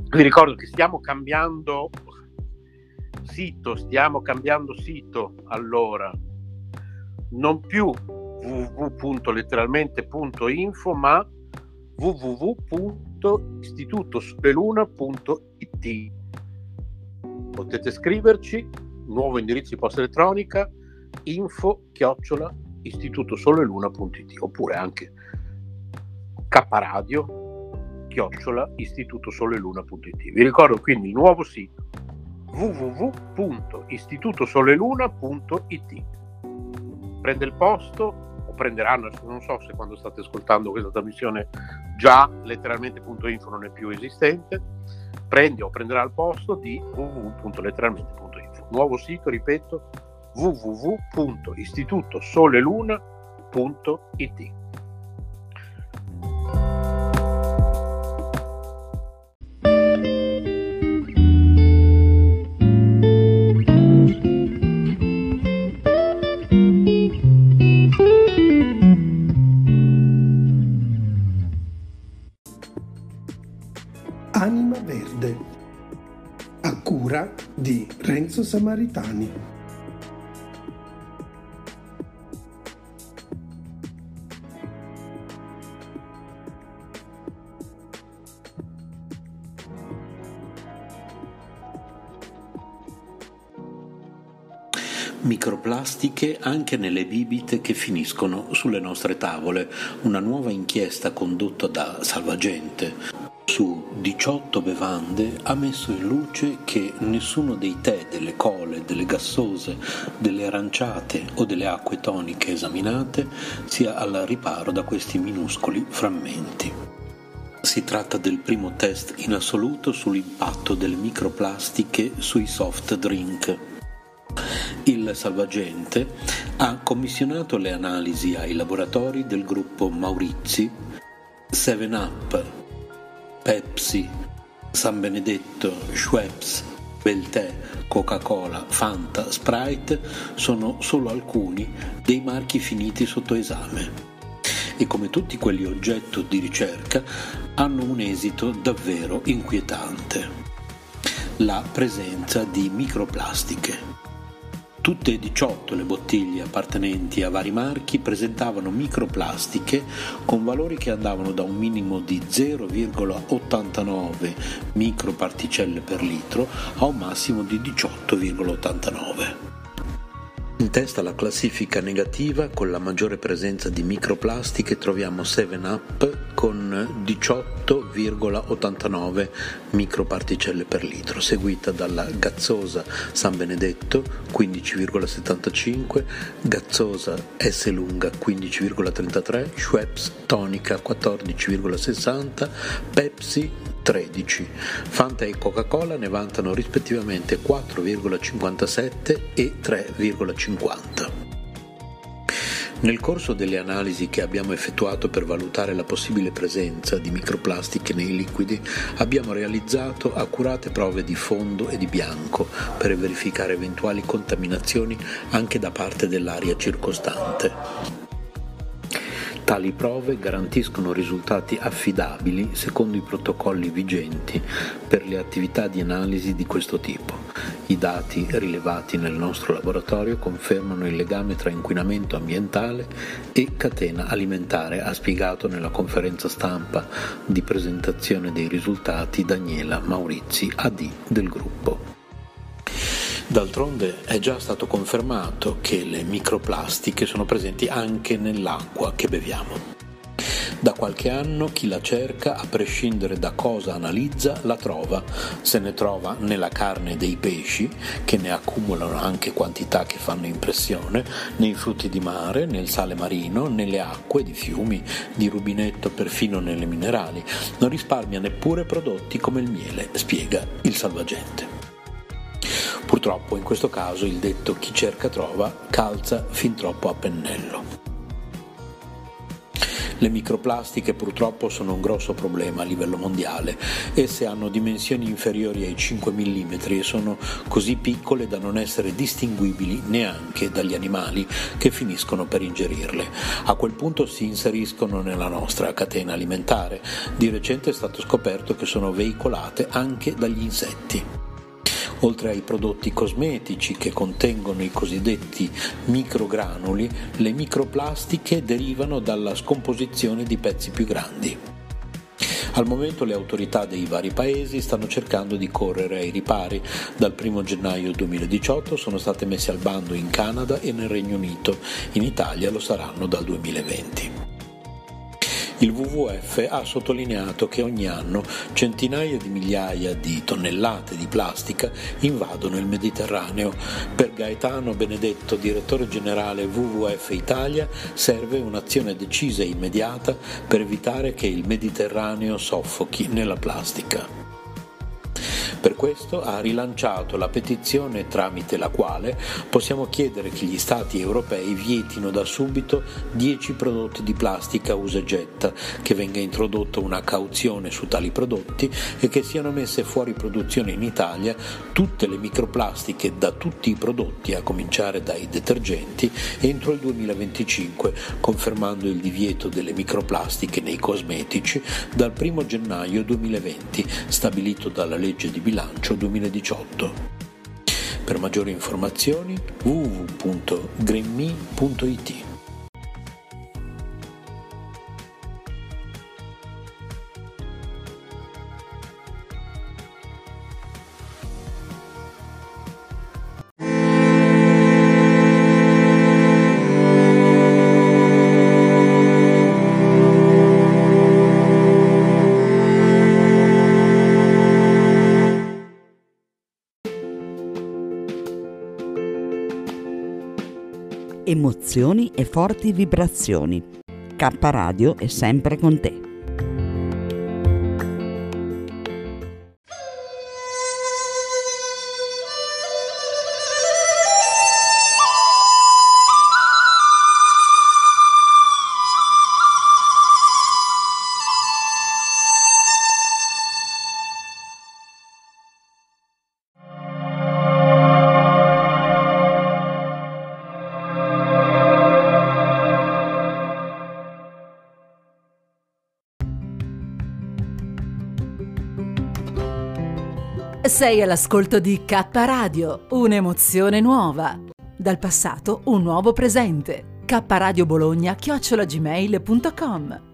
Vi ricordo che stiamo cambiando sito, allora non più www.letteralmente.info, ma www.istitutosoleluna.it. Potete scriverci, nuovo indirizzo di posta elettronica info@istitutosoleluna.it, oppure anche kradio@istitutosoleluna.it. Vi ricordo quindi il nuovo sito www.istitutosoleluna.it. Prende il posto, o prenderanno, non so se quando state ascoltando questa trasmissione già letteralmente.info non è più esistente, prende o prenderà il posto di www.letteralmente.info. Nuovo sito, ripeto, www.istitutosoleluna.it. Anima Verde, a cura di Renzo Samaritani. Microplastiche anche nelle bibite che finiscono sulle nostre tavole. Una nuova inchiesta condotta da Salvagente su 18 bevande ha messo in luce che nessuno dei tè, delle cole, delle gassose, delle aranciate o delle acque toniche esaminate sia al riparo da questi minuscoli frammenti. Si tratta del primo test in assoluto sull'impatto delle microplastiche sui soft drink. Il Salvagente ha commissionato le analisi ai laboratori del gruppo Maurizi, 7up, Pepsi, San Benedetto, Schweppes, Beltè, Coca-Cola, Fanta, Sprite sono solo alcuni dei marchi finiti sotto esame e, come tutti quelli oggetto di ricerca, hanno un esito davvero inquietante: la presenza di microplastiche. Tutte e 18 le bottiglie appartenenti a vari marchi presentavano microplastiche con valori che andavano da un minimo di 0,89 microparticelle per litro a un massimo di 18,89. In testa alla classifica negativa, con la maggiore presenza di microplastiche, troviamo 7up con 18,89 microparticelle per litro, seguita dalla gazzosa San Benedetto 15,75, gazzosa S lunga 15,33, Schweppes tonica 14,60, Pepsi 13. Fanta e Coca-Cola ne vantano rispettivamente 4,57 e 3,50. Nel corso delle analisi che abbiamo effettuato per valutare la possibile presenza di microplastiche nei liquidi, abbiamo realizzato accurate prove di fondo e di bianco per verificare eventuali contaminazioni anche da parte dell'aria circostante. Tali prove garantiscono risultati affidabili secondo i protocolli vigenti per le attività di analisi di questo tipo. I dati rilevati nel nostro laboratorio confermano il legame tra inquinamento ambientale e catena alimentare, ha spiegato nella conferenza stampa di presentazione dei risultati Daniela Maurizi, AD del gruppo. D'altronde è già stato confermato che le microplastiche sono presenti anche nell'acqua che beviamo. Da qualche anno chi la cerca, a prescindere da cosa analizza, la trova. Se ne trova nella carne dei pesci, che ne accumulano anche quantità che fanno impressione, nei frutti di mare, nel sale marino, nelle acque di fiumi, di rubinetto, perfino nelle minerali. Non risparmia neppure prodotti come il miele, spiega il Salvagente. Purtroppo in questo caso il detto "chi cerca trova" calza fin troppo a pennello. Le microplastiche purtroppo sono un grosso problema a livello mondiale. Esse hanno dimensioni inferiori ai 5 mm e sono così piccole da non essere distinguibili neanche dagli animali che finiscono per ingerirle. A quel punto si inseriscono nella nostra catena alimentare. Di recente è stato scoperto che sono veicolate anche dagli insetti. Oltre ai prodotti cosmetici che contengono i cosiddetti microgranuli, le microplastiche derivano dalla scomposizione di pezzi più grandi. Al momento le autorità dei vari paesi stanno cercando di correre ai ripari. Dal 1 gennaio 2018 sono state messe al bando in Canada e nel Regno Unito, in Italia lo saranno dal 2020. Il WWF ha sottolineato che ogni anno centinaia di migliaia di tonnellate di plastica invadono il Mediterraneo. Per Gaetano Benedetto, direttore generale WWF Italia, serve un'azione decisa e immediata per evitare che il Mediterraneo soffochi nella plastica. Per questo ha rilanciato la petizione tramite la quale possiamo chiedere che gli Stati europei vietino da subito 10 prodotti di plastica usa e getta, che venga introdotta una cauzione su tali prodotti e che siano messe fuori produzione in Italia tutte le microplastiche da tutti i prodotti, a cominciare dai detergenti, entro il 2025, confermando il divieto delle microplastiche nei cosmetici dal 1 gennaio 2020, stabilito dalla legge di bilancio 2018. Per maggiori informazioni www.greenme.it. Emozioni e forti vibrazioni. K Radio è sempre con te. Sei all'ascolto di K Radio, un'emozione nuova. Dal passato un nuovo presente. kradiobologna@gmail.com